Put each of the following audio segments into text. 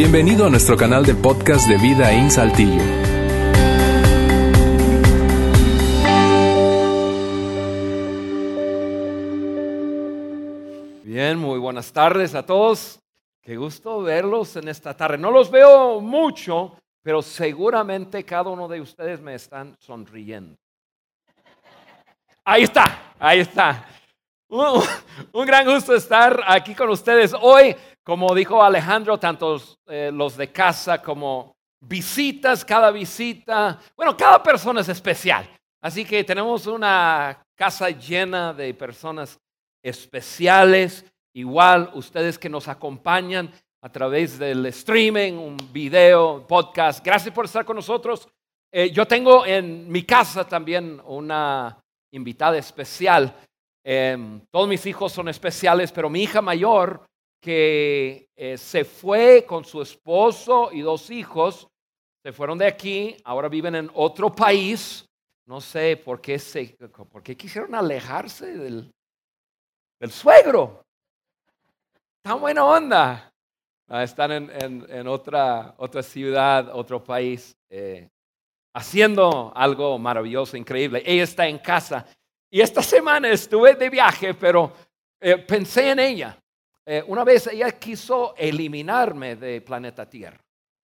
Bienvenido a nuestro canal de podcast de Vida en Saltillo. Bien, muy buenas tardes a todos. Qué gusto verlos en esta tarde. No los veo mucho, pero seguramente cada uno de ustedes me están sonriendo. Ahí está, ahí está. Un gran gusto estar aquí con ustedes hoy. Como dijo Alejandro, tanto los de casa como visitas, cada visita, bueno, cada persona es especial. Así que tenemos una casa llena de personas especiales. Igual ustedes que nos acompañan a través del streaming, un video, podcast. Gracias por estar con nosotros. Yo tengo en mi casa también una invitada especial. Todos mis hijos son especiales, pero mi hija mayor, que se fue con su esposo y 2 hijos, se fueron de aquí, ahora viven en otro país. No sé por qué quisieron alejarse del suegro. Tan buena onda. Están en otra ciudad, otro país, haciendo algo maravilloso, increíble. Ella está en casa. Y esta semana estuve de viaje, pero pensé en ella. Una vez ella quiso eliminarme de planeta Tierra.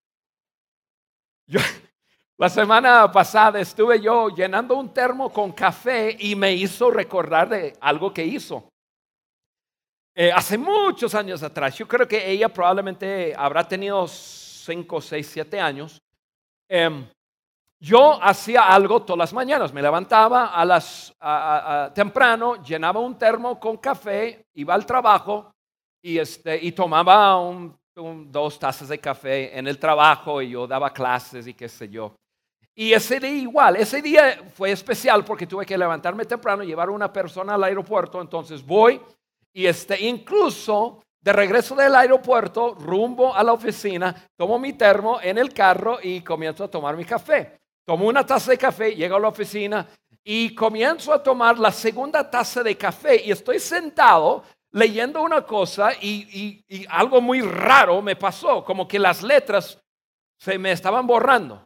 La semana pasada estuve yo llenando un termo con café y me hizo recordar de algo que hizo. Hace muchos años atrás, yo creo que ella probablemente habrá tenido 5, 6, 7 años. Yo hacía algo todas las mañanas, me levantaba temprano, llenaba un termo con café, iba al trabajo y tomaba 2 tazas de café en el trabajo y yo daba clases y qué sé yo. Y ese día igual, ese día fue especial porque tuve que levantarme temprano, llevar a una persona al aeropuerto, entonces voy y incluso de regreso del aeropuerto, rumbo a la oficina, tomo mi termo en el carro y comienzo a tomar mi café. Tomo una taza de café, llego a la oficina y comienzo a tomar la segunda taza de café y estoy sentado leyendo una cosa y algo muy raro me pasó, como que las letras se me estaban borrando.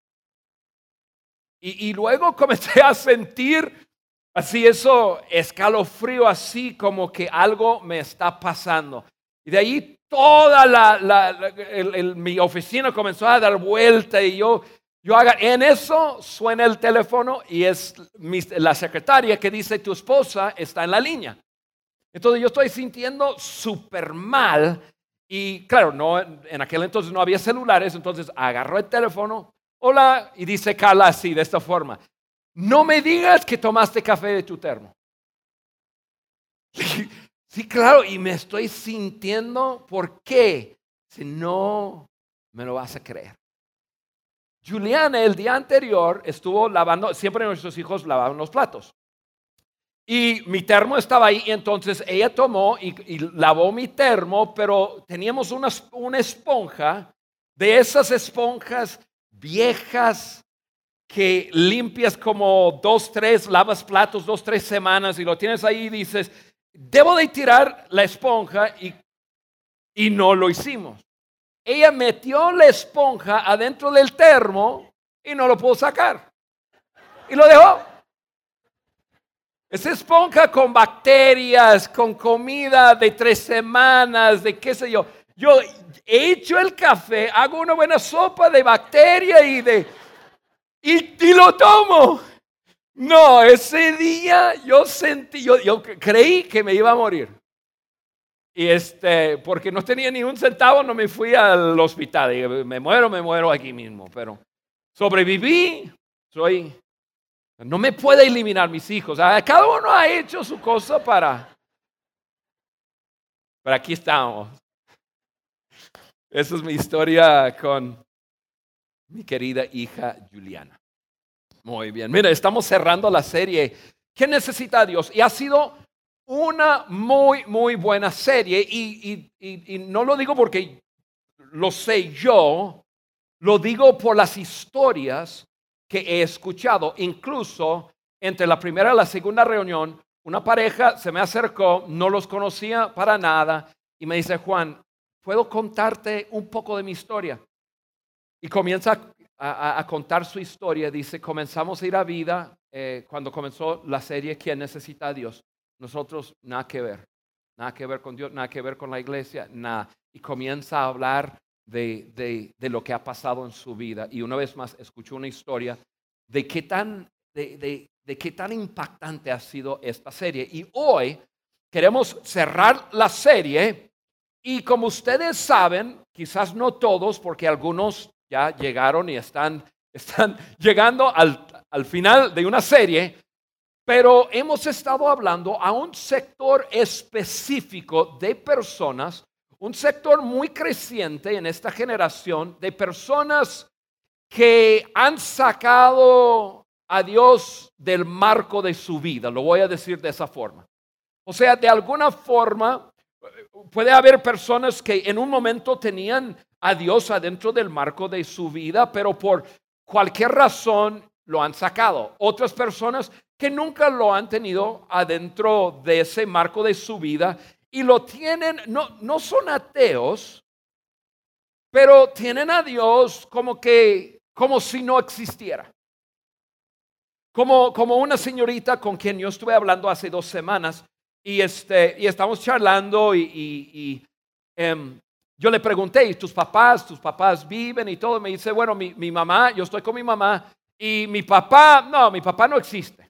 Y luego comencé a sentir así escalofrío, así como que algo me está pasando. Y de ahí toda mi oficina comenzó a dar vuelta y en eso suena el teléfono y es la secretaria que dice: tu esposa está en la línea. Entonces yo estoy sintiendo súper mal y claro, en aquel entonces no había celulares, entonces agarró el teléfono, hola, y dice Carla así, de esta forma: no me digas que tomaste café de tu termo. Sí, claro, y me estoy sintiendo, ¿por qué? Si no me lo vas a creer. Juliana el día anterior estuvo lavando, siempre nuestros hijos lavaban los platos. Y mi termo estaba ahí, y entonces ella tomó y lavó mi termo, pero teníamos una esponja, de esas esponjas viejas que limpias como 2, 3, lavas platos 2, 3 semanas y lo tienes ahí y dices: debo de tirar la esponja y no lo hicimos. Ella metió la esponja adentro del termo y no lo pudo sacar. Y lo dejó. Esa esponja con bacterias, con comida de 3 semanas, de qué sé yo. Yo echo el café, hago una buena sopa de bacterias y lo tomo. No, ese día yo creí que me iba a morir. Y porque no tenía ni un centavo, no me fui al hospital. Y me muero aquí mismo. Pero sobreviví. No me puede eliminar mis hijos. Cada uno ha hecho su cosa pero aquí estamos. Esa es mi historia con mi querida hija Juliana. Muy bien. Mira, estamos cerrando la serie ¿Qué necesita Dios? Y ha sido una muy, muy buena serie. Y no lo digo porque lo sé yo, lo digo por las historias que he escuchado. Incluso entre la primera y la segunda reunión, una pareja se me acercó, no los conocía para nada y me dice: Juan, puedo contarte un poco de mi historia. Y comienza a contar su historia. Dice, comenzamos a ir a vida cuando comenzó la serie ¿Quién necesita a Dios? Nosotros nada que ver con Dios, nada que ver con la iglesia, nada. Y comienza a hablar de lo que ha pasado en su vida. Y una vez más escuchó una historia de qué tan impactante ha sido esta serie. Y hoy queremos cerrar la serie y como ustedes saben, quizás no todos, porque algunos ya llegaron y están llegando al final de una serie, pero hemos estado hablando a un sector específico de personas, un sector muy creciente en esta generación de personas que han sacado a Dios del marco de su vida, lo voy a decir de esa forma. O sea, de alguna forma puede haber personas que en un momento tenían a Dios adentro del marco de su vida, pero por cualquier razón lo han sacado. Otras personas que nunca lo han tenido adentro de ese marco de su vida y lo tienen, no son ateos, pero tienen a Dios como si no existiera. Como una señorita con quien yo estuve hablando hace 2 semanas y estamos charlando y yo le pregunté, ¿y tus papás viven y todo? Me dice, bueno, mi mamá, yo estoy con mi mamá y mi papá no existe.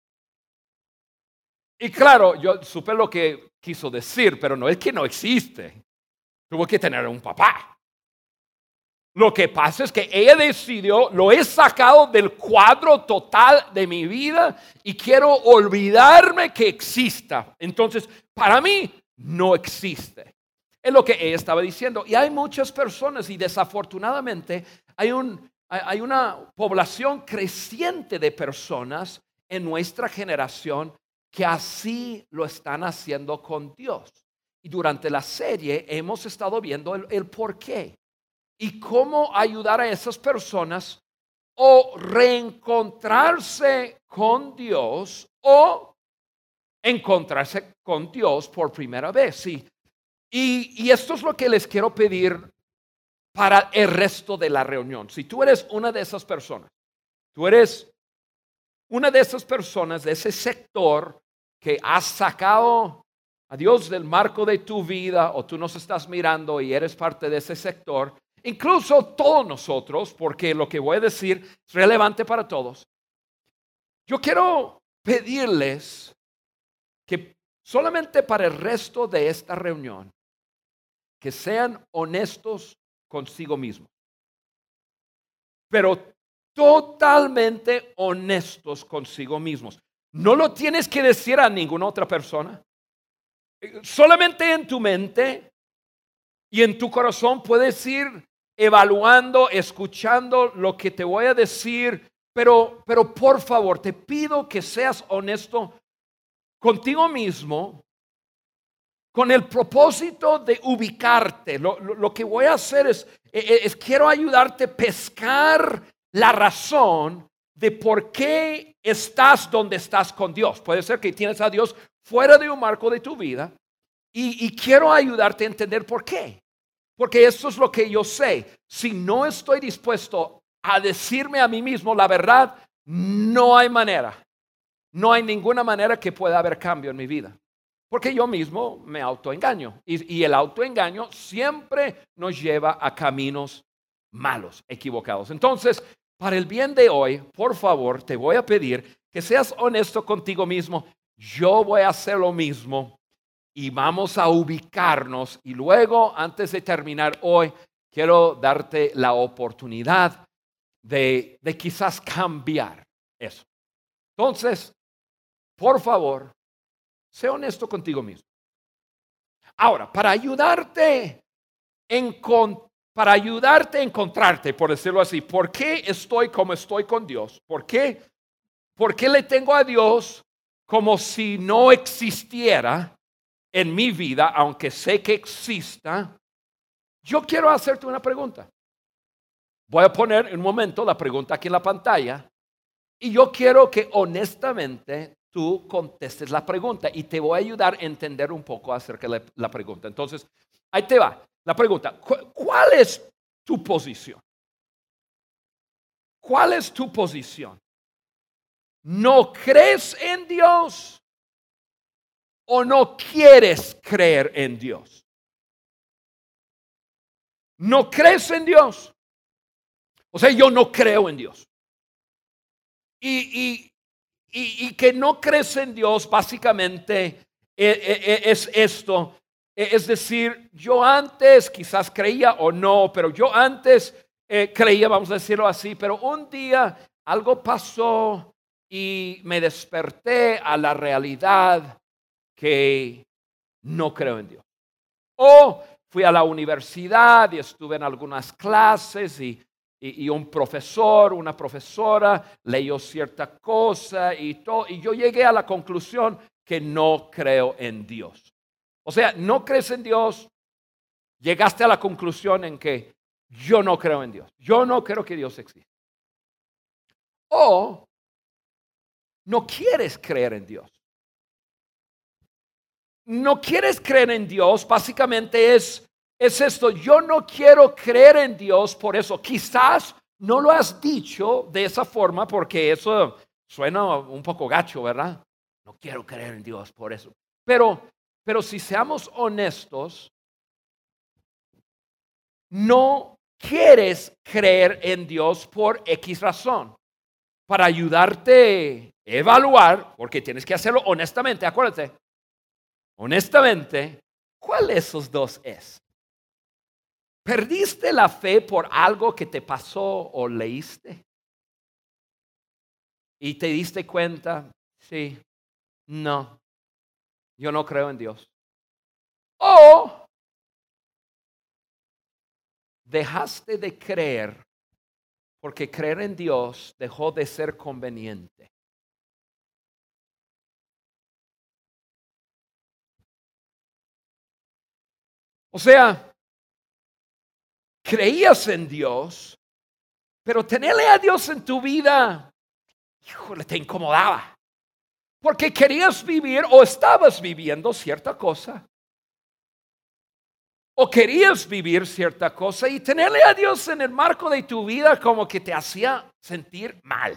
Y claro, yo supe lo que quiso decir, pero no es que no existe. Tuvo que tener un papá. Lo que pasa es que ella decidió, lo he sacado del cuadro total de mi vida y quiero olvidarme que exista. Entonces, para mí, no existe. Es lo que ella estaba diciendo. Y hay muchas personas y desafortunadamente hay una población creciente de personas en nuestra generación que así lo están haciendo con Dios. Y durante la serie hemos estado viendo el por qué. Y cómo ayudar a esas personas o reencontrarse con Dios o encontrarse con Dios por primera vez. ¿Sí? Y esto es lo que les quiero pedir para el resto de la reunión. Si tú eres una de esas personas, tú eres una de esas personas de ese sector que has sacado a Dios del marco de tu vida o tú nos estás mirando y eres parte de ese sector. Incluso todos nosotros, porque lo que voy a decir es relevante para todos. Yo quiero pedirles que solamente para el resto de esta reunión, que sean honestos consigo mismos. Pero totalmente honestos consigo mismos. No lo tienes que decir a ninguna otra persona. Solamente en tu mente y en tu corazón puedes ir evaluando, escuchando lo que te voy a decir, pero por favor, te pido que seas honesto contigo mismo con el propósito de ubicarte. Lo que voy a hacer es quiero ayudarte a pescar la razón de por qué estás donde estás con Dios. Puede ser que tienes a Dios fuera de un marco de tu vida y quiero ayudarte a entender por qué. Porque esto es lo que yo sé. Si no estoy dispuesto a decirme a mí mismo la verdad, no hay manera. No hay ninguna manera que pueda haber cambio en mi vida. Porque yo mismo me autoengaño. Y el autoengaño siempre nos lleva a caminos malos, equivocados. Entonces, para el bien de hoy, por favor, te voy a pedir que seas honesto contigo mismo. Yo voy a hacer lo mismo. Y vamos a ubicarnos y luego, antes de terminar hoy, quiero darte la oportunidad de quizás cambiar eso. Entonces, por favor, sé honesto contigo mismo. Ahora, para ayudarte a encontrarte, por decirlo así, ¿por qué estoy como estoy con Dios? ¿Por qué le tengo a Dios como si no existiera en mi vida, aunque sé que exista? Yo quiero hacerte una pregunta. Voy a poner en un momento la pregunta aquí en la pantalla y yo quiero que honestamente tú contestes la pregunta y te voy a ayudar a entender un poco acerca de la pregunta. Entonces, Ahí te va. La pregunta, ¿cuál es tu posición? ¿Cuál es tu posición? ¿No crees en Dios o no quieres creer en Dios? ¿No crees en Dios? O sea, yo no creo en Dios. Y que no crees en Dios, básicamente es esto. Es decir, yo antes quizás creía o no, pero yo antes creía, vamos a decirlo así, pero un día algo pasó y me desperté a la realidad que no creo en Dios. O fui a la universidad y estuve en algunas clases y un profesor, una profesora leyó cierta cosa y yo llegué a la conclusión que no creo en Dios. O sea, no crees en Dios, llegaste a la conclusión en que yo no creo en Dios. Yo no creo que Dios existe. O no quieres creer en Dios. No quieres creer en Dios, básicamente es esto. Yo no quiero creer en Dios por eso. Quizás no lo has dicho de esa forma porque eso suena un poco gacho, ¿verdad? No quiero creer en Dios por eso. Pero si seamos honestos, no quieres creer en Dios por X razón. Para ayudarte a evaluar, porque tienes que hacerlo honestamente, acuérdate. Honestamente, ¿cuál de esos dos es? ¿Perdiste la fe por algo que te pasó o leíste? Y te diste cuenta, sí, no, yo no creo en Dios. O dejaste de creer porque creer en Dios dejó de ser conveniente. O sea, creías en Dios, pero tenerle a Dios en tu vida, híjole, te incomodaba. Porque querías vivir o estabas viviendo cierta cosa. O querías vivir cierta cosa y tenerle a Dios en el marco de tu vida como que te hacía sentir mal.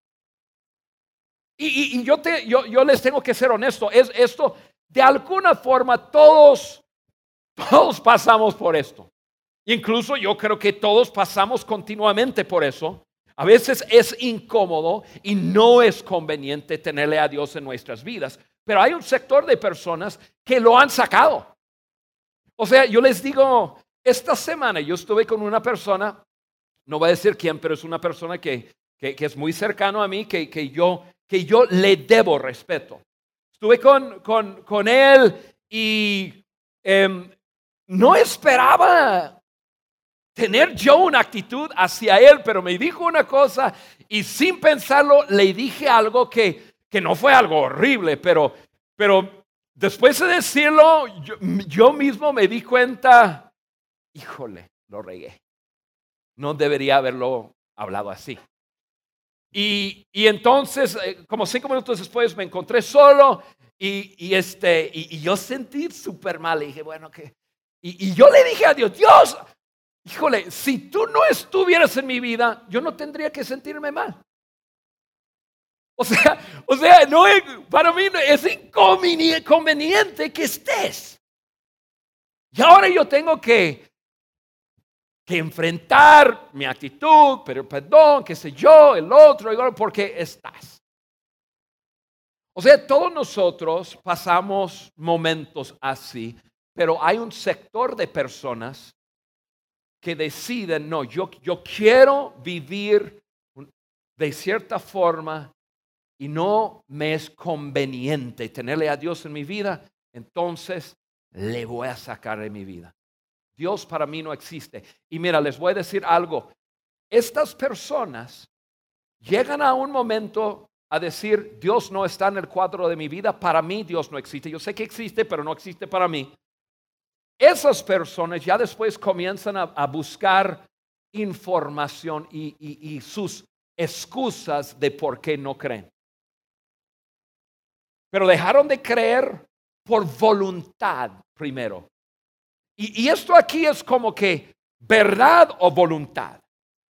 Y yo les tengo que ser honesto, es esto, de alguna forma todos pasamos por esto. Incluso yo creo que todos pasamos continuamente por eso. A veces es incómodo y no es conveniente tenerle a Dios en nuestras vidas. Pero hay un sector de personas que lo han sacado. O sea, yo les digo, esta semana yo estuve con una persona, no voy a decir quién, pero es una persona que es muy cercano a mí, que yo le debo respeto. Estuve con él y no esperaba tener yo una actitud hacia él, pero me dijo una cosa y sin pensarlo le dije algo que no fue algo horrible, pero después de decirlo, yo mismo me di cuenta, híjole, lo regué. No debería haberlo hablado así. Y entonces, como 5 minutos después, me encontré solo y yo sentí súper mal. Y dije, bueno, que y yo le dije a Dios, Dios, híjole, si tú no estuvieras en mi vida, yo no tendría que sentirme mal. O sea, no es, para mí es inconveniente que estés. Y ahora yo tengo que enfrentar mi actitud, pero perdón, qué sé yo, el otro, porque estás. O sea, todos nosotros pasamos momentos así, pero hay un sector de personas que deciden, no, yo quiero vivir de cierta forma y no me es conveniente tenerle a Dios en mi vida, entonces le voy a sacar de mi vida. Dios para mí no existe. Y mira, les voy a decir algo. Estas personas llegan a un momento a decir, Dios no está en el cuadro de mi vida, para mí Dios no existe. Yo sé que existe, pero no existe para mí. Esas personas ya después comienzan a buscar información y sus excusas de por qué no creen. Pero dejaron de creer por voluntad primero. Y esto aquí es como que verdad o voluntad.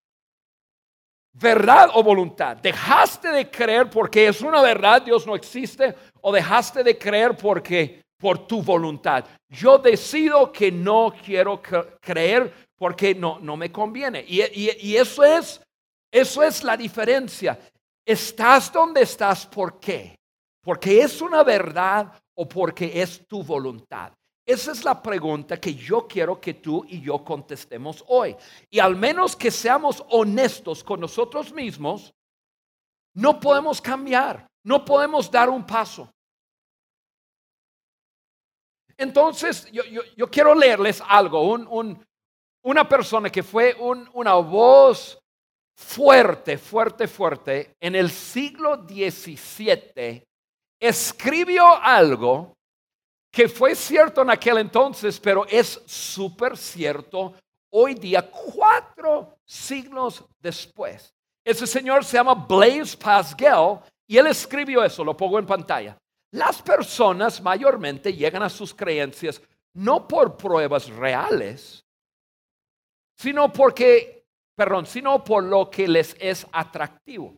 Verdad o voluntad. ¿Dejaste de creer porque es una verdad, Dios no existe? ¿O dejaste de creer porque por tu voluntad? Yo decido que no quiero creer porque no me conviene. Y eso es la diferencia. ¿Estás donde estás? ¿Por qué? ¿Porque es una verdad o porque es tu voluntad? Esa es la pregunta que yo quiero que tú y yo contestemos hoy. Y al menos que seamos honestos con nosotros mismos, no podemos cambiar, no podemos dar un paso. Entonces, yo quiero leerles algo. Una persona que fue una voz fuerte en el siglo XVII, escribió algo que fue cierto en aquel entonces, pero es súper cierto hoy día, 4 siglos después. Ese señor se llama Blaise Pascal y él escribió eso, lo pongo en pantalla. Las personas mayormente llegan a sus creencias no por pruebas reales, sino por lo que les es atractivo.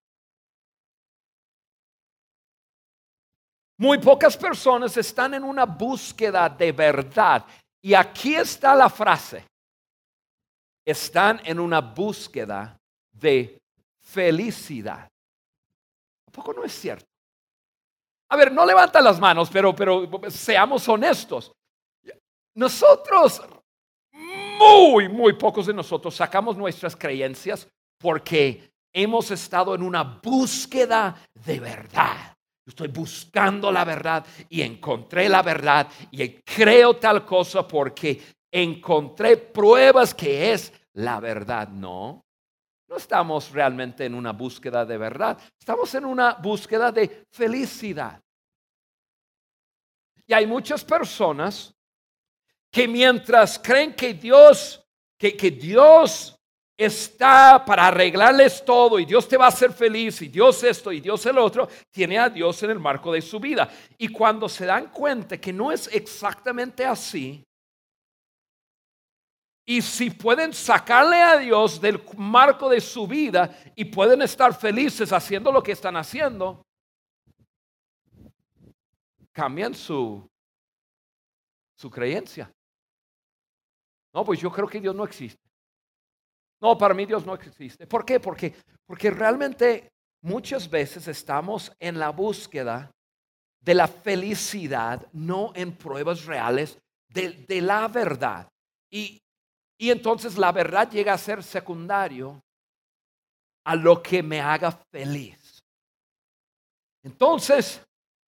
Muy pocas personas están en una búsqueda de verdad. Y aquí está la frase. Están en una búsqueda de felicidad. ¿A poco no es cierto? A ver, no levantan las manos, pero seamos honestos. Nosotros, muy pocos de nosotros sacamos nuestras creencias porque hemos estado en una búsqueda de verdad. Estoy buscando la verdad y encontré la verdad y creo tal cosa porque encontré pruebas que es la verdad. No estamos realmente en una búsqueda de verdad. Estamos en una búsqueda de felicidad. Y hay muchas personas que mientras creen que Dios está para arreglarles todo y Dios te va a hacer feliz y Dios esto y Dios el otro, tiene a Dios en el marco de su vida. Y cuando se dan cuenta que no es exactamente así, y si pueden sacarle a Dios del marco de su vida y pueden estar felices haciendo lo que están haciendo, cambian su creencia. No, pues yo creo que Dios no existe. No, para mí Dios no existe. ¿Por qué? Porque realmente muchas veces estamos en la búsqueda de la felicidad, no en pruebas reales de la verdad. Y entonces la verdad llega a ser secundario a lo que me haga feliz. Entonces,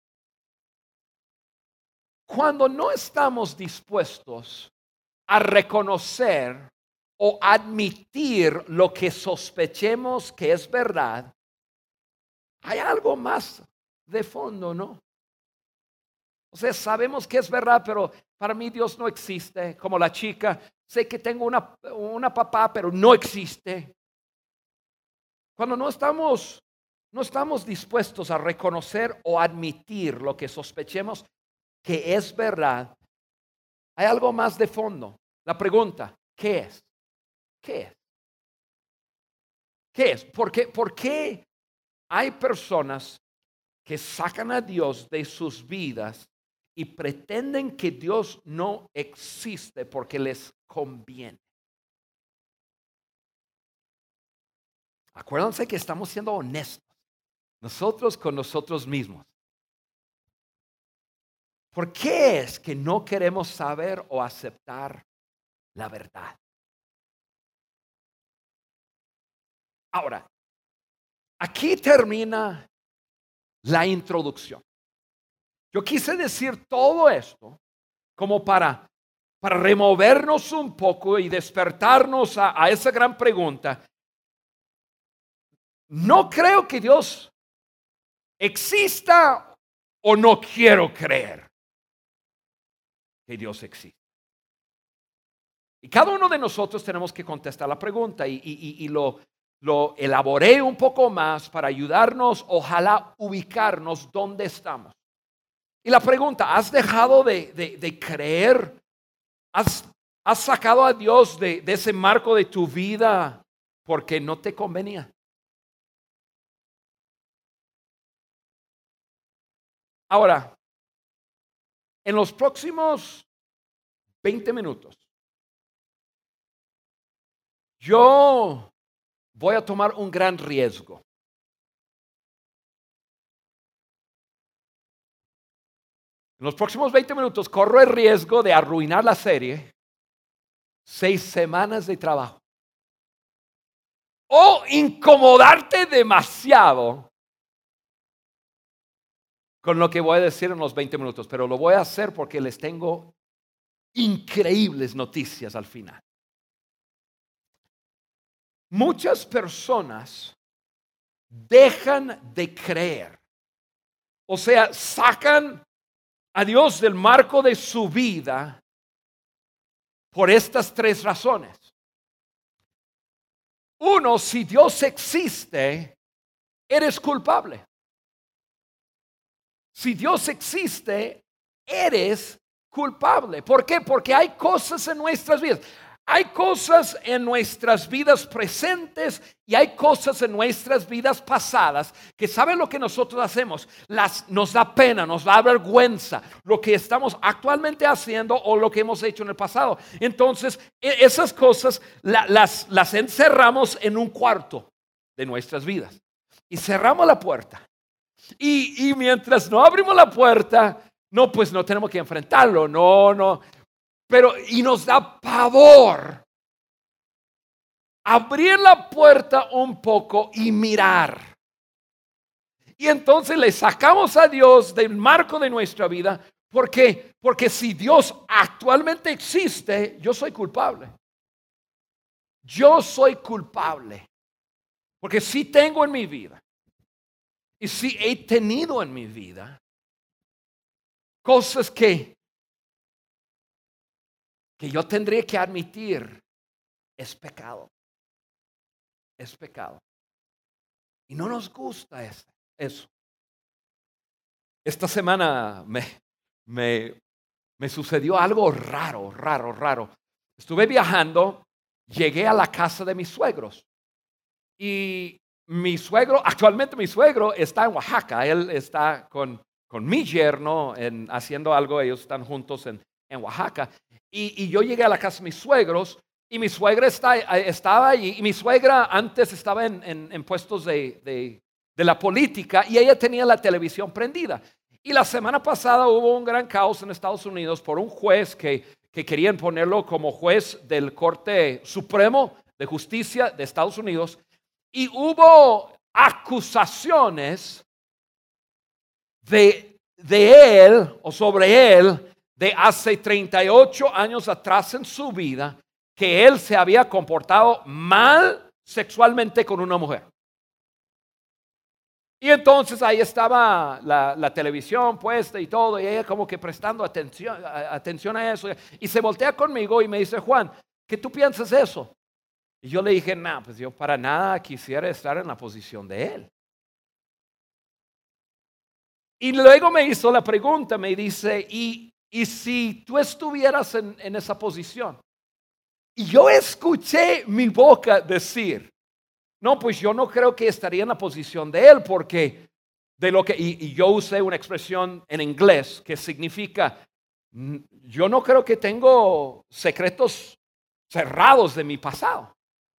cuando no estamos dispuestos a reconocer o admitir lo que sospechemos que es verdad, hay algo más de fondo, ¿no? O sea, sabemos que es verdad, pero para mí Dios no existe. Como la chica, sé que tengo una papá, pero no existe. Cuando no estamos dispuestos a reconocer o admitir lo que sospechemos que es verdad, hay algo más de fondo. La pregunta, ¿qué es? ¿Qué es? ¿Qué es? ¿Por qué hay personas que sacan a Dios de sus vidas y pretenden que Dios no existe porque les conviene? Acuérdense que estamos siendo honestos, nosotros con nosotros mismos. ¿Por qué es que no queremos saber o aceptar la verdad? Ahora, aquí termina la introducción. Yo quise decir todo esto como para removernos un poco y despertarnos a esa gran pregunta. No creo que Dios exista o no quiero creer que Dios existe. Y cada uno de nosotros tenemos que contestar la pregunta y lo elaboré un poco más para ayudarnos, ojalá ubicarnos donde estamos. Y la pregunta, ¿has dejado de creer ¿Has, has sacado a Dios de ese marco de tu vida porque no te convenía? Ahora, en los próximos 20 minutos, yo voy a tomar un gran riesgo. En los próximos 20 minutos corro el riesgo de arruinar la serie 6 semanas de trabajo. O incomodarte demasiado con lo que voy a decir en los 20 minutos. Pero lo voy a hacer porque les tengo increíbles noticias al final. Muchas personas dejan de creer. O sea, sacan a Dios del marco de su vida por estas 3 razones. Uno, si Dios existe, eres culpable. Si Dios existe, eres culpable. ¿Por qué? Porque hay cosas en nuestras vidas. Hay cosas en nuestras vidas presentes y hay cosas en nuestras vidas pasadas que ¿saben lo que nosotros hacemos? Nos da pena, nos da vergüenza lo que estamos actualmente haciendo o lo que hemos hecho en el pasado. Entonces, esas cosas las encerramos en un cuarto de nuestras vidas y cerramos la puerta. Y mientras no abrimos la puerta, no, pues no tenemos que enfrentarlo, no. Pero, y nos da pavor abrir la puerta un poco y mirar. Y entonces le sacamos a Dios del marco de nuestra vida. ¿Por qué? Porque si Dios actualmente existe, yo soy culpable. Yo soy culpable. Porque sí tengo en mi vida. Y sí he tenido en mi vida cosas que yo tendría que admitir es pecado. Es pecado. Y no nos gusta eso. Esta semana me sucedió algo raro. Estuve viajando, llegué a la casa de mis suegros. Y actualmente mi suegro está en Oaxaca. Él está con mi yerno haciendo algo. Ellos están juntos en Oaxaca. Y yo llegué a la casa de mis suegros y mi suegra estaba allí. Y mi suegra antes estaba en puestos de la política y ella tenía la televisión prendida. Y la semana pasada hubo un gran caos en Estados Unidos por un juez que querían ponerlo como juez del Corte Supremo de Justicia de Estados Unidos. Y hubo acusaciones de él o sobre él de hace 38 años atrás en su vida, que él se había comportado mal sexualmente con una mujer. Y entonces ahí estaba la televisión puesta y todo, y ella como que prestando atención a eso. Y se voltea conmigo y me dice, Juan, ¿qué tú piensas de eso? Y yo le dije, no, pues yo para nada quisiera estar en la posición de él. Y luego me hizo la pregunta, me dice, ¿y si tú estuvieras en esa posición? Y yo escuché mi boca decir, no, pues yo no creo que estaría en la posición de él, porque y yo usé una expresión en inglés que significa, yo no creo que tengo secretos cerrados de mi pasado.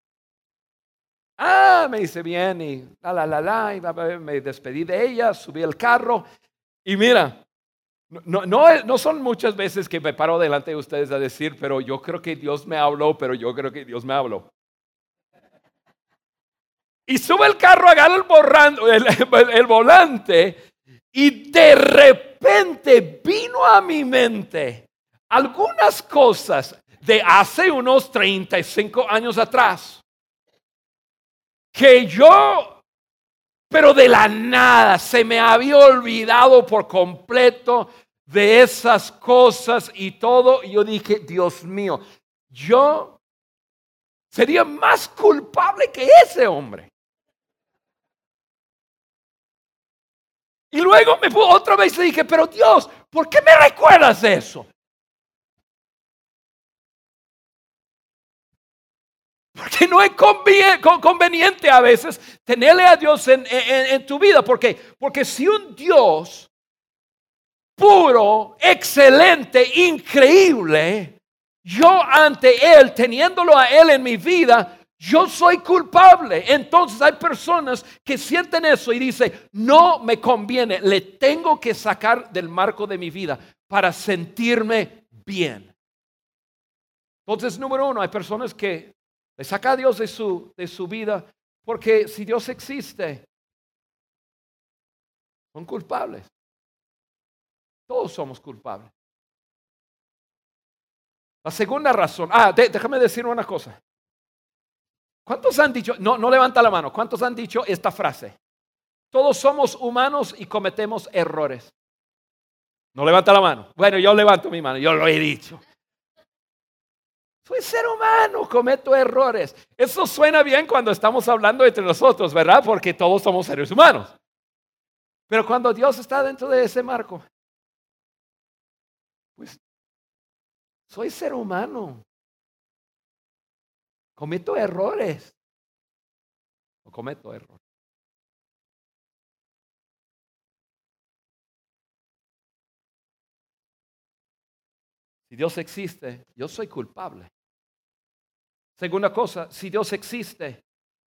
Me dice bien, y y me despedí de ella, subí al carro, y mira, no son muchas veces que me paro delante de ustedes a decir, pero yo creo que Dios me habló, Y sube el carro, agarra el volante, y de repente vino a mi mente algunas cosas de hace unos 35 años atrás. Que pero de la nada, se me había olvidado por completo de esas cosas y todo. Y yo dije, Dios mío, yo sería más culpable que ese hombre. Y luego otra vez dije, pero Dios, ¿por qué me recuerdas eso? Porque no es conveniente a veces tenerle a Dios en tu vida. ¿Por qué? Porque si un Dios puro, excelente, increíble, yo ante Él, teniéndolo a Él en mi vida, yo soy culpable. Entonces hay personas que sienten eso y dicen, no me conviene, le tengo que sacar del marco de mi vida para sentirme bien. Entonces, número uno, hay personas que le saca a Dios de su vida porque si Dios existe, son culpables. Todos somos culpables. La segunda razón, déjame decir una cosa. ¿Cuántos han dicho, no levanta la mano, cuántos han dicho esta frase? Todos somos humanos y cometemos errores. No levanta la mano. Bueno, yo levanto mi mano, yo lo he dicho. Soy ser humano, cometo errores. Eso suena bien cuando estamos hablando entre nosotros, ¿verdad? Porque todos somos seres humanos. Pero cuando Dios está dentro de ese marco, pues soy ser humano. Cometo errores. O cometo errores. Si Dios existe, yo soy culpable. Segunda cosa, si Dios existe,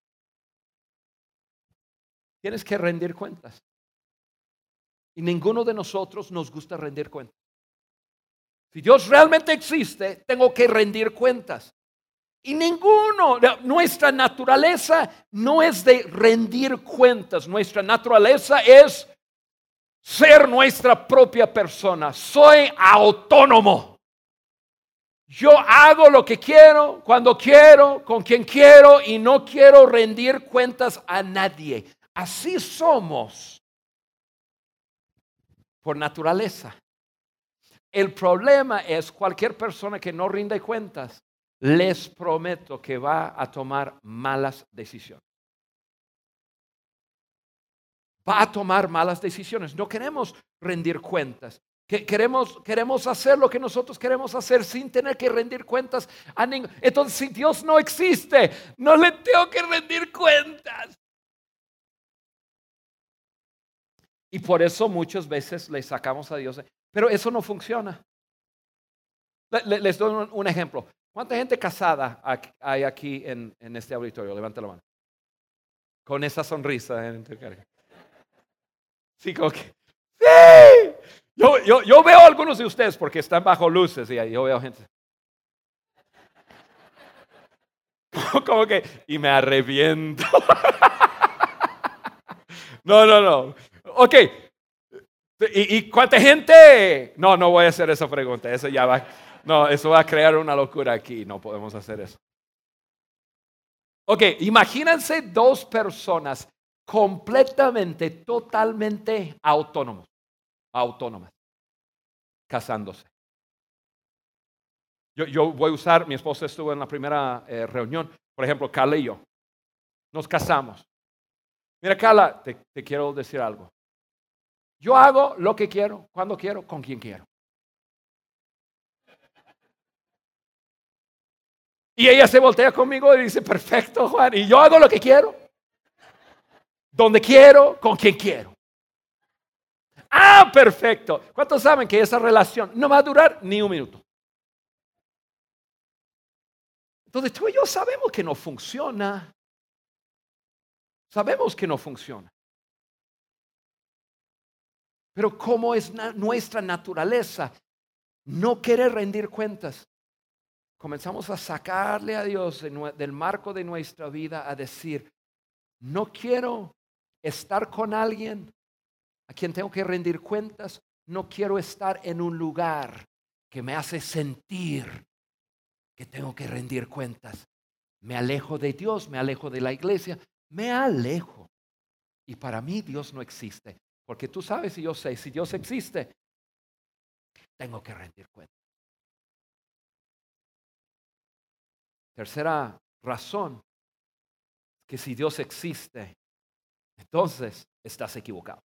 tienes que rendir cuentas. Y ninguno de nosotros nos gusta rendir cuentas. Si Dios realmente existe, tengo que rendir cuentas. Y nuestra naturaleza no es de rendir cuentas. Nuestra naturaleza es ser nuestra propia persona. Soy autónomo. Yo hago lo que quiero, cuando quiero, con quien quiero y no quiero rendir cuentas a nadie. Así somos por naturaleza. El problema es cualquier persona que no rinde cuentas, les prometo que va a tomar malas decisiones. Va a tomar malas decisiones. No queremos rendir cuentas. Queremos hacer lo que nosotros queremos hacer sin tener que rendir cuentas a ninguno. Entonces, si Dios no existe, no le tengo que rendir cuentas. Y por eso muchas veces le sacamos a Dios. Pero eso no funciona. Les doy un ejemplo. ¿Cuánta gente casada hay aquí en este auditorio? Levanta la mano. Con esa sonrisa en tu cara. Sí, como que, ¡sí! Yo veo a algunos de ustedes porque están bajo luces y yo veo gente. Como que, y me arrepiento. No. Ok. ¿Y cuánta gente? No voy a hacer esa pregunta. Eso ya va. No, eso va a crear una locura aquí. No podemos hacer eso. Ok, imagínense dos personas completamente, totalmente autónomas, casándose. Yo voy a usar, mi esposa estuvo en la primera reunión, por ejemplo, Carla y yo, nos casamos. Mira, Carla, te quiero decir algo. Yo hago lo que quiero, cuando quiero, con quien quiero. Y ella se voltea conmigo y dice, perfecto, Juan, y yo hago lo que quiero, donde quiero, con quien quiero. Perfecto. ¿Cuántos saben que esa relación no va a durar ni un minuto? Entonces tú y yo sabemos que no funciona. Sabemos que no funciona. Pero como es nuestra naturaleza, no querer rendir cuentas, comenzamos a sacarle a Dios del marco de nuestra vida, a decir, no quiero estar con alguien a quien tengo que rendir cuentas, no quiero estar en un lugar que me hace sentir que tengo que rendir cuentas. Me alejo de Dios, me alejo de la iglesia, me alejo. Y para mí Dios no existe, porque tú sabes y yo sé, si Dios existe, tengo que rendir cuentas. Tercera razón, que si Dios existe, entonces estás equivocado.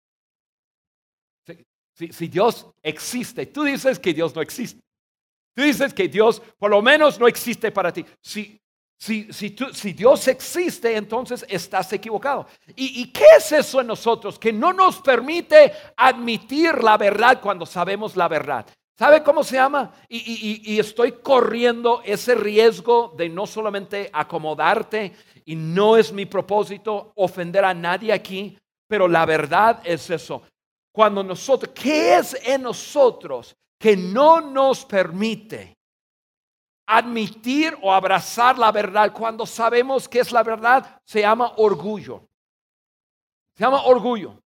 Si Dios existe, tú dices que Dios no existe. Tú dices que Dios por lo menos no existe para ti. Si Si Dios existe, entonces estás equivocado. ¿Y qué es eso en nosotros? Que no nos permite admitir la verdad cuando sabemos la verdad. ¿Sabe cómo se llama? Y estoy corriendo ese riesgo de no solamente acomodarte, y no es mi propósito ofender a nadie aquí, pero la verdad es eso. Cuando nosotros, ¿qué es en nosotros que no nos permite admitir o abrazar la verdad cuando sabemos que es la verdad? Se llama orgullo. Se llama orgullo.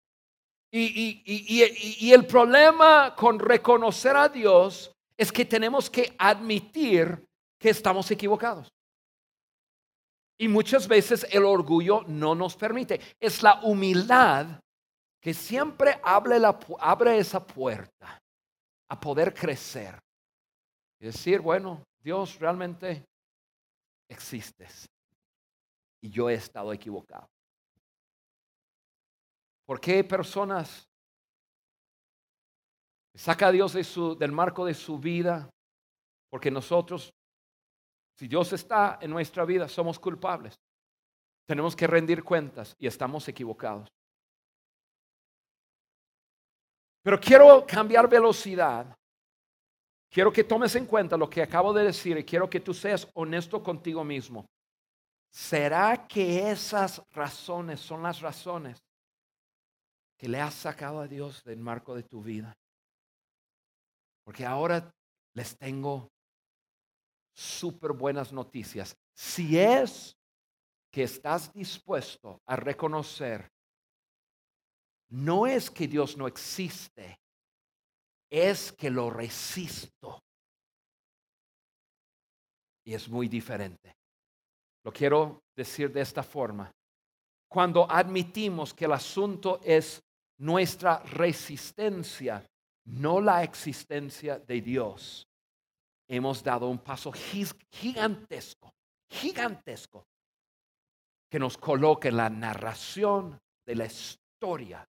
Y el problema con reconocer a Dios es que tenemos que admitir que estamos equivocados. Y muchas veces el orgullo no nos permite. Es la humildad que siempre abre esa puerta a poder crecer. Y decir, bueno, Dios, realmente existes y yo he estado equivocado. ¿Por qué personas saca a Dios del marco de su vida? Porque nosotros, si Dios está en nuestra vida, somos culpables. Tenemos que rendir cuentas y estamos equivocados. Pero quiero cambiar velocidad. Quiero que tomes en cuenta lo que acabo de decir y quiero que tú seas honesto contigo mismo. ¿Será que esas razones son las razones que le has sacado a Dios del marco de tu vida? Porque ahora les tengo súper buenas noticias. Si es que estás dispuesto a reconocer, no es que Dios no existe, es que lo resisto. Y es muy diferente. Lo quiero decir de esta forma. Cuando admitimos que el asunto es nuestra resistencia, no la existencia de Dios, hemos dado un paso gigantesco que nos coloca en la narración de la historia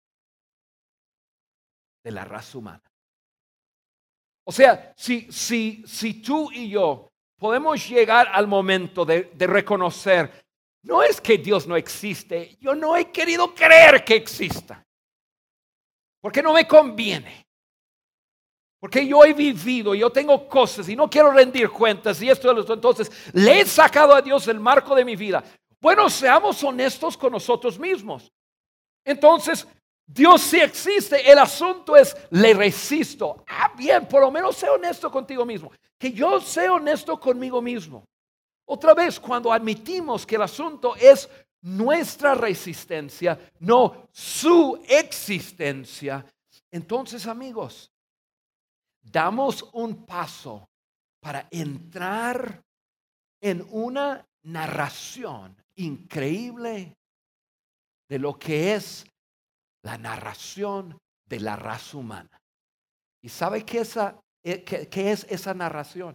de la raza humana. O sea, si tú y yo podemos llegar al momento de reconocer, no es que Dios no existe, yo no he querido creer que exista, porque no me conviene. Porque yo he vivido, yo tengo cosas y no quiero rendir cuentas y esto, entonces le he sacado a Dios el marco de mi vida. Bueno, seamos honestos con nosotros mismos. Entonces, Dios sí existe, el asunto es, le resisto. Bien, por lo menos sé honesto contigo mismo. Que yo sea honesto conmigo mismo. Otra vez, cuando admitimos que el asunto es nuestra resistencia, no su existencia, entonces, amigos, damos un paso para entrar en una narración increíble de lo que es la narración de la raza humana. ¿Y sabe qué es esa narración?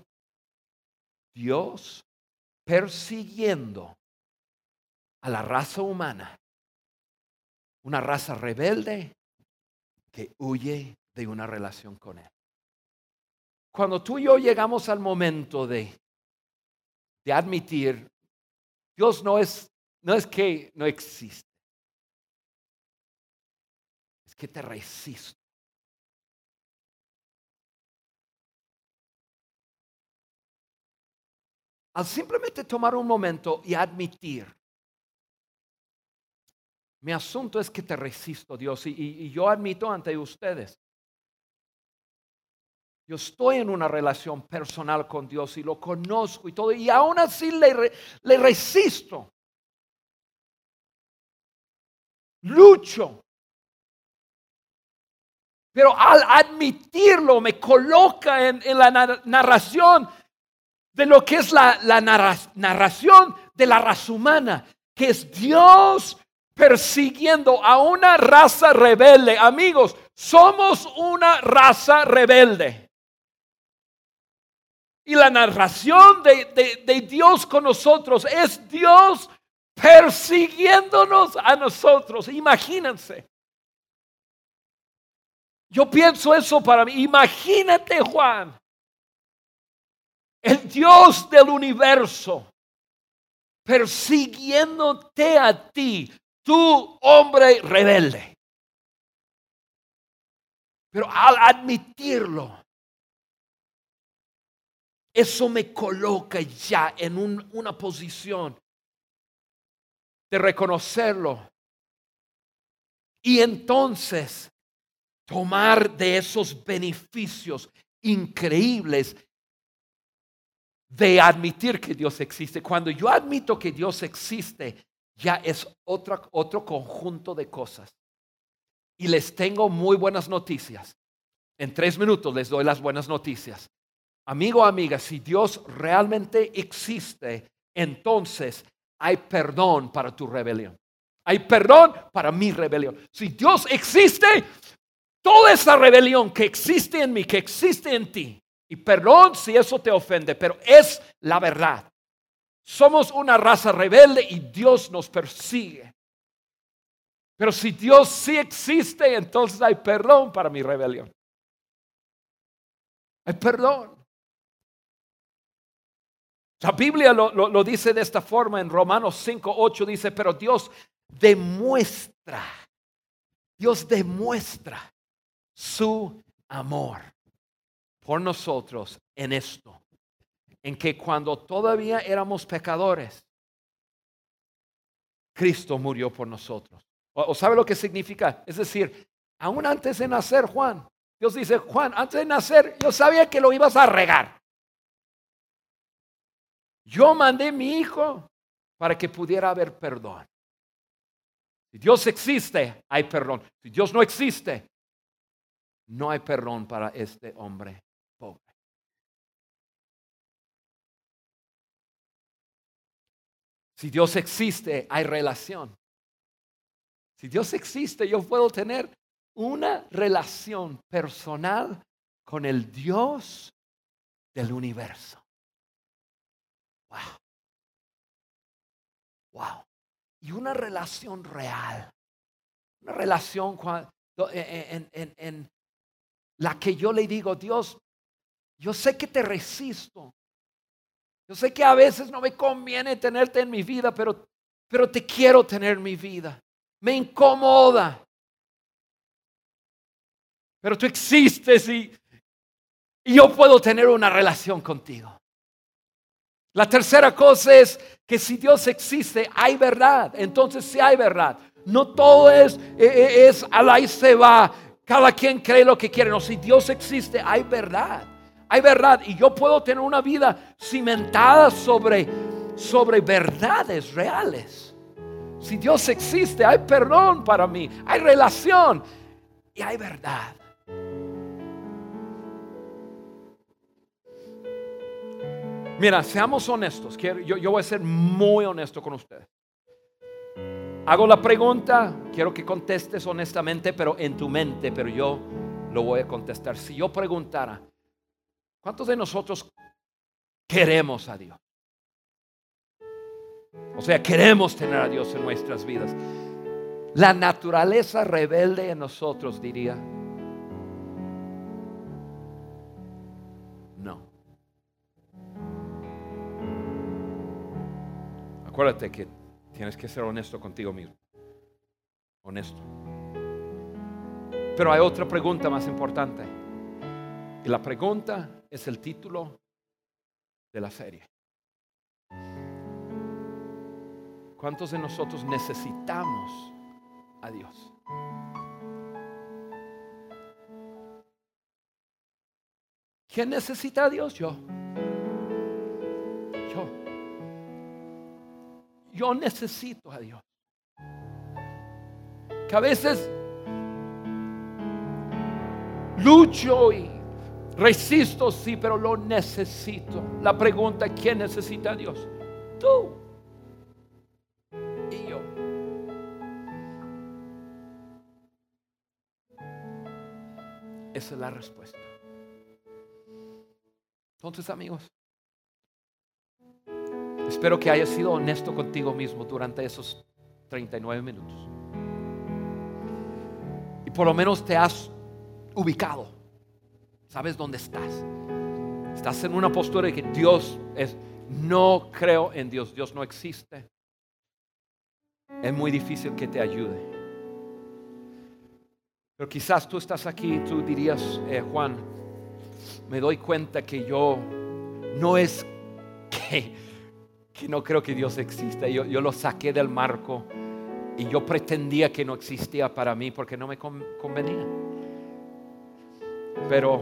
Dios persiguiendo a la raza humana, una raza rebelde que huye de una relación con Él. Cuando tú y yo llegamos al momento de admitir, Dios no es que no existe, es que te resisto. Al simplemente tomar un momento y admitir, mi asunto es que te resisto, Dios, y yo admito ante ustedes, yo estoy en una relación personal con Dios y lo conozco y todo, y aún así le resisto. Lucho. Pero al admitirlo me coloca en la narración de lo que es la narración de la raza humana, que es Dios persiguiendo a una raza rebelde. Amigos, somos una raza rebelde. Y la narración de Dios con nosotros es Dios persiguiéndonos a nosotros. Imagínense. Yo pienso eso para mí. Imagínate, Juan, el Dios del universo, persiguiéndote a ti, tú hombre rebelde. Pero al admitirlo, eso me coloca ya en una posición de reconocerlo. Y entonces tomar de esos beneficios increíbles de admitir que Dios existe. Cuando yo admito que Dios existe, ya es otro conjunto de cosas. Y les tengo muy buenas noticias. En 3 minutos les doy las buenas noticias. Amigo, amiga, si Dios realmente existe, entonces hay perdón para tu rebelión. Hay perdón para mi rebelión. Si Dios existe, toda esa rebelión que existe en mí, que existe en ti, y perdón si eso te ofende, pero es la verdad. Somos una raza rebelde y Dios nos persigue. Pero si Dios sí existe, entonces hay perdón para mi rebelión. Hay perdón. La Biblia lo dice de esta forma en Romanos 5:8 dice, pero Dios demuestra su amor por nosotros en esto, en que cuando todavía éramos pecadores, Cristo murió por nosotros. ¿O sabe lo que significa? Es decir, aún antes de nacer, Juan, Dios dice, Juan, antes de nacer, yo sabía que lo ibas a regar. Yo mandé a mi hijo para que pudiera haber perdón. Si Dios existe, hay perdón. Si Dios no existe, no hay perdón para este hombre pobre. Si Dios existe, hay relación. Si Dios existe, yo puedo tener una relación personal con el Dios del universo. Wow. Wow. Y una relación real. Una relación en la que yo le digo, Dios, yo sé que te resisto. Yo sé que a veces no me conviene tenerte en mi vida, pero te quiero tener en mi vida. Me incomoda. Pero tú existes y yo puedo tener una relación contigo. La tercera cosa es que si Dios existe, hay verdad. Entonces sí hay verdad. No todo es al ahí se va. Cada quien cree lo que quiere. No, si Dios existe, hay verdad. Hay verdad. Y yo puedo tener una vida cimentada sobre verdades reales. Si Dios existe, hay perdón para mí. Hay relación. Y hay verdad. Mira, seamos honestos. Yo voy a ser muy honesto con ustedes. Hago la pregunta, quiero que contestes honestamente, pero en tu mente, pero yo lo voy a contestar. Si yo preguntara, ¿cuántos de nosotros queremos a Dios? O sea, queremos tener a Dios en nuestras vidas. La naturaleza rebelde en nosotros diría, no. Acuérdate que tienes que ser honesto contigo mismo. Honesto. Pero hay otra pregunta más importante. Y la pregunta es el título de la serie. ¿Cuántos de nosotros necesitamos a Dios? ¿Quién necesita a Dios? Yo necesito a Dios. Que a veces lucho y resisto, sí, pero lo necesito. La pregunta, ¿quién necesita a Dios? Tú y yo. Esa es la respuesta. Entonces, amigos, espero que hayas sido honesto contigo mismo durante esos 39 minutos. Y por lo menos te has ubicado. Sabes dónde estás. Estás en una postura de que Dios es. no creo en Dios, Dios no existe, es muy difícil que te ayude. Pero quizás tú estás aquí y tú dirías, Juan, me doy cuenta que yo no es que no creo que Dios exista. Yo lo saqué del marco y yo pretendía que no existía para mí porque no me convenía. Pero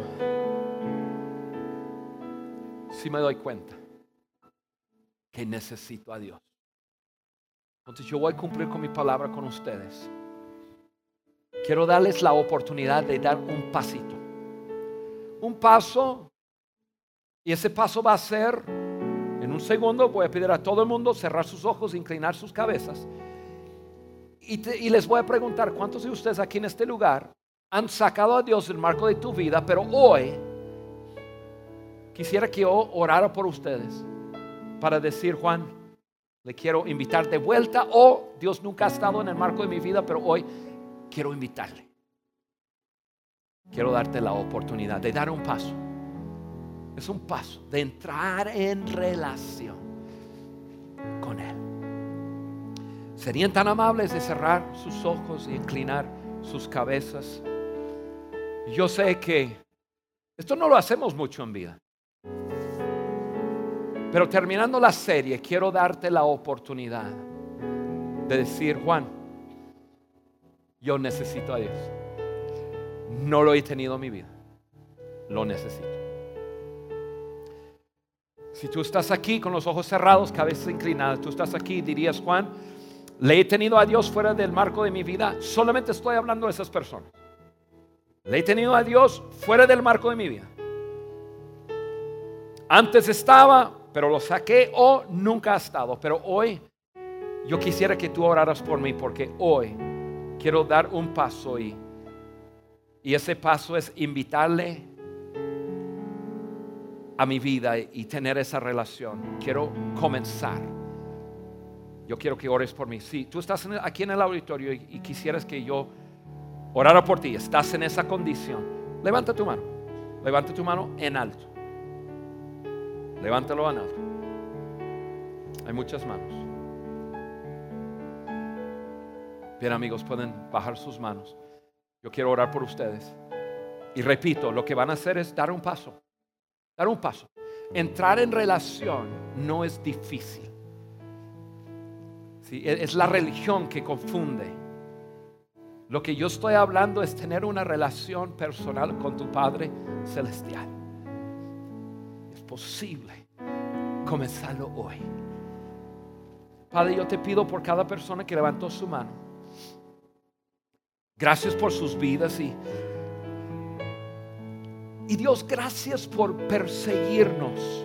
sí me doy cuenta que necesito a Dios. Entonces yo voy a cumplir con mi palabra con ustedes. Quiero darles la oportunidad de dar un pasito. Un paso. Y ese paso va a ser, en un segundo voy a pedir a todo el mundo cerrar sus ojos, inclinar sus cabezas. Y les voy a preguntar, ¿cuántos de ustedes aquí en este lugar han sacado a Dios del marco de tu vida, pero hoy quisiera que yo orara por ustedes para decir, Juan, le quiero invitar de vuelta, o Dios nunca ha estado en el marco de mi vida, pero hoy quiero invitarle. Quiero darte la oportunidad de dar un paso. Es un paso de entrar en relación con Él. ¿Serían tan amables de cerrar sus ojos y inclinar sus cabezas? Yo sé que esto no lo hacemos mucho en vida. Pero terminando la serie, quiero darte la oportunidad de decir, Juan, yo necesito a Dios. No lo he tenido en mi vida. Lo necesito. Si tú estás aquí con los ojos cerrados, cabeza inclinada, tú estás aquí y dirías, Juan, le he tenido a Dios fuera del marco de mi vida. Solamente estoy hablando de esas personas. Le he tenido a Dios fuera del marco de mi vida. Antes estaba, pero lo saqué, o nunca ha estado. Pero hoy yo quisiera que tú oraras por mí, porque hoy quiero dar un paso y ese paso es invitarle a mi vida y tener esa relación. Quiero comenzar. Yo quiero que ores por mí. Si tú estás aquí en el auditorio y quisieras que yo orara por ti, estás en esa condición, levanta tu mano. Levanta tu mano en alto. Levántalo en alto. Hay muchas manos. Bien, amigos, pueden bajar sus manos. Yo quiero orar por ustedes. Y repito, lo que van a hacer es dar un paso. Dar un paso. Entrar en relación no es difícil. ¿Sí? Es la religión que confunde. Lo que yo estoy hablando es tener una relación personal con tu Padre Celestial. Es posible comenzarlo hoy. Padre, yo te pido por cada persona que levantó su mano. Gracias por sus vidas y Dios, gracias por perseguirnos.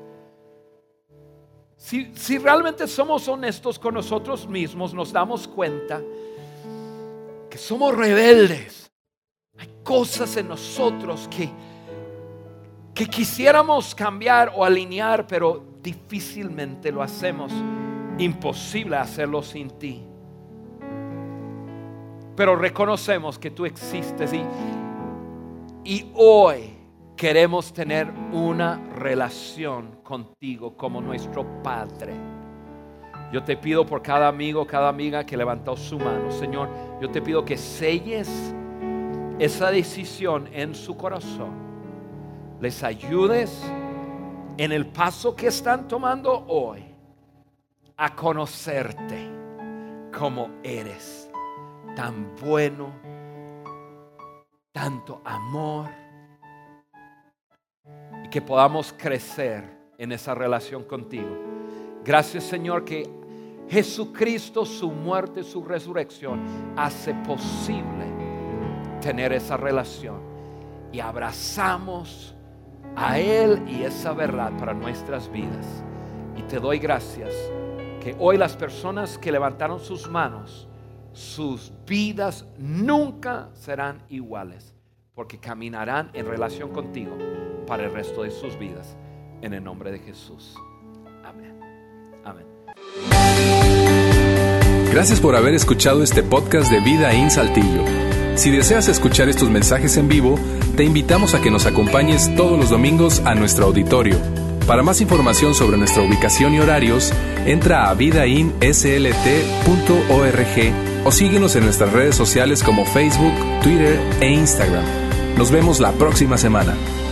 Si realmente somos honestos con nosotros mismos, nos damos cuenta que somos rebeldes. Hay cosas en nosotros que quisiéramos cambiar o alinear, pero difícilmente lo hacemos. Imposible hacerlo sin ti. Pero reconocemos que tú existes y hoy queremos tener una relación contigo como nuestro Padre. Yo te pido por cada amigo, cada amiga que levantó su mano, Señor, yo te pido que selles esa decisión en su corazón. Les ayudes en el paso que están tomando hoy a conocerte como eres, tan bueno, tanto amor, y que podamos crecer en esa relación contigo. Gracias, Señor, que Jesucristo, su muerte, su resurrección hace posible tener esa relación, y abrazamos a Él y esa verdad para nuestras vidas. Y te doy gracias que hoy las personas que levantaron sus manos, sus vidas nunca serán iguales, porque caminarán en relación contigo para el resto de sus vidas, en el nombre de Jesús. Amén. Amén. Gracias por haber escuchado este podcast de Vida en Saltillo. Si deseas escuchar estos mensajes en vivo, te invitamos a que nos acompañes todos los domingos a nuestro auditorio. Para más información sobre nuestra ubicación y horarios, entra a vidainslt.org o síguenos en nuestras redes sociales como Facebook, Twitter e Instagram. Nos vemos la próxima semana.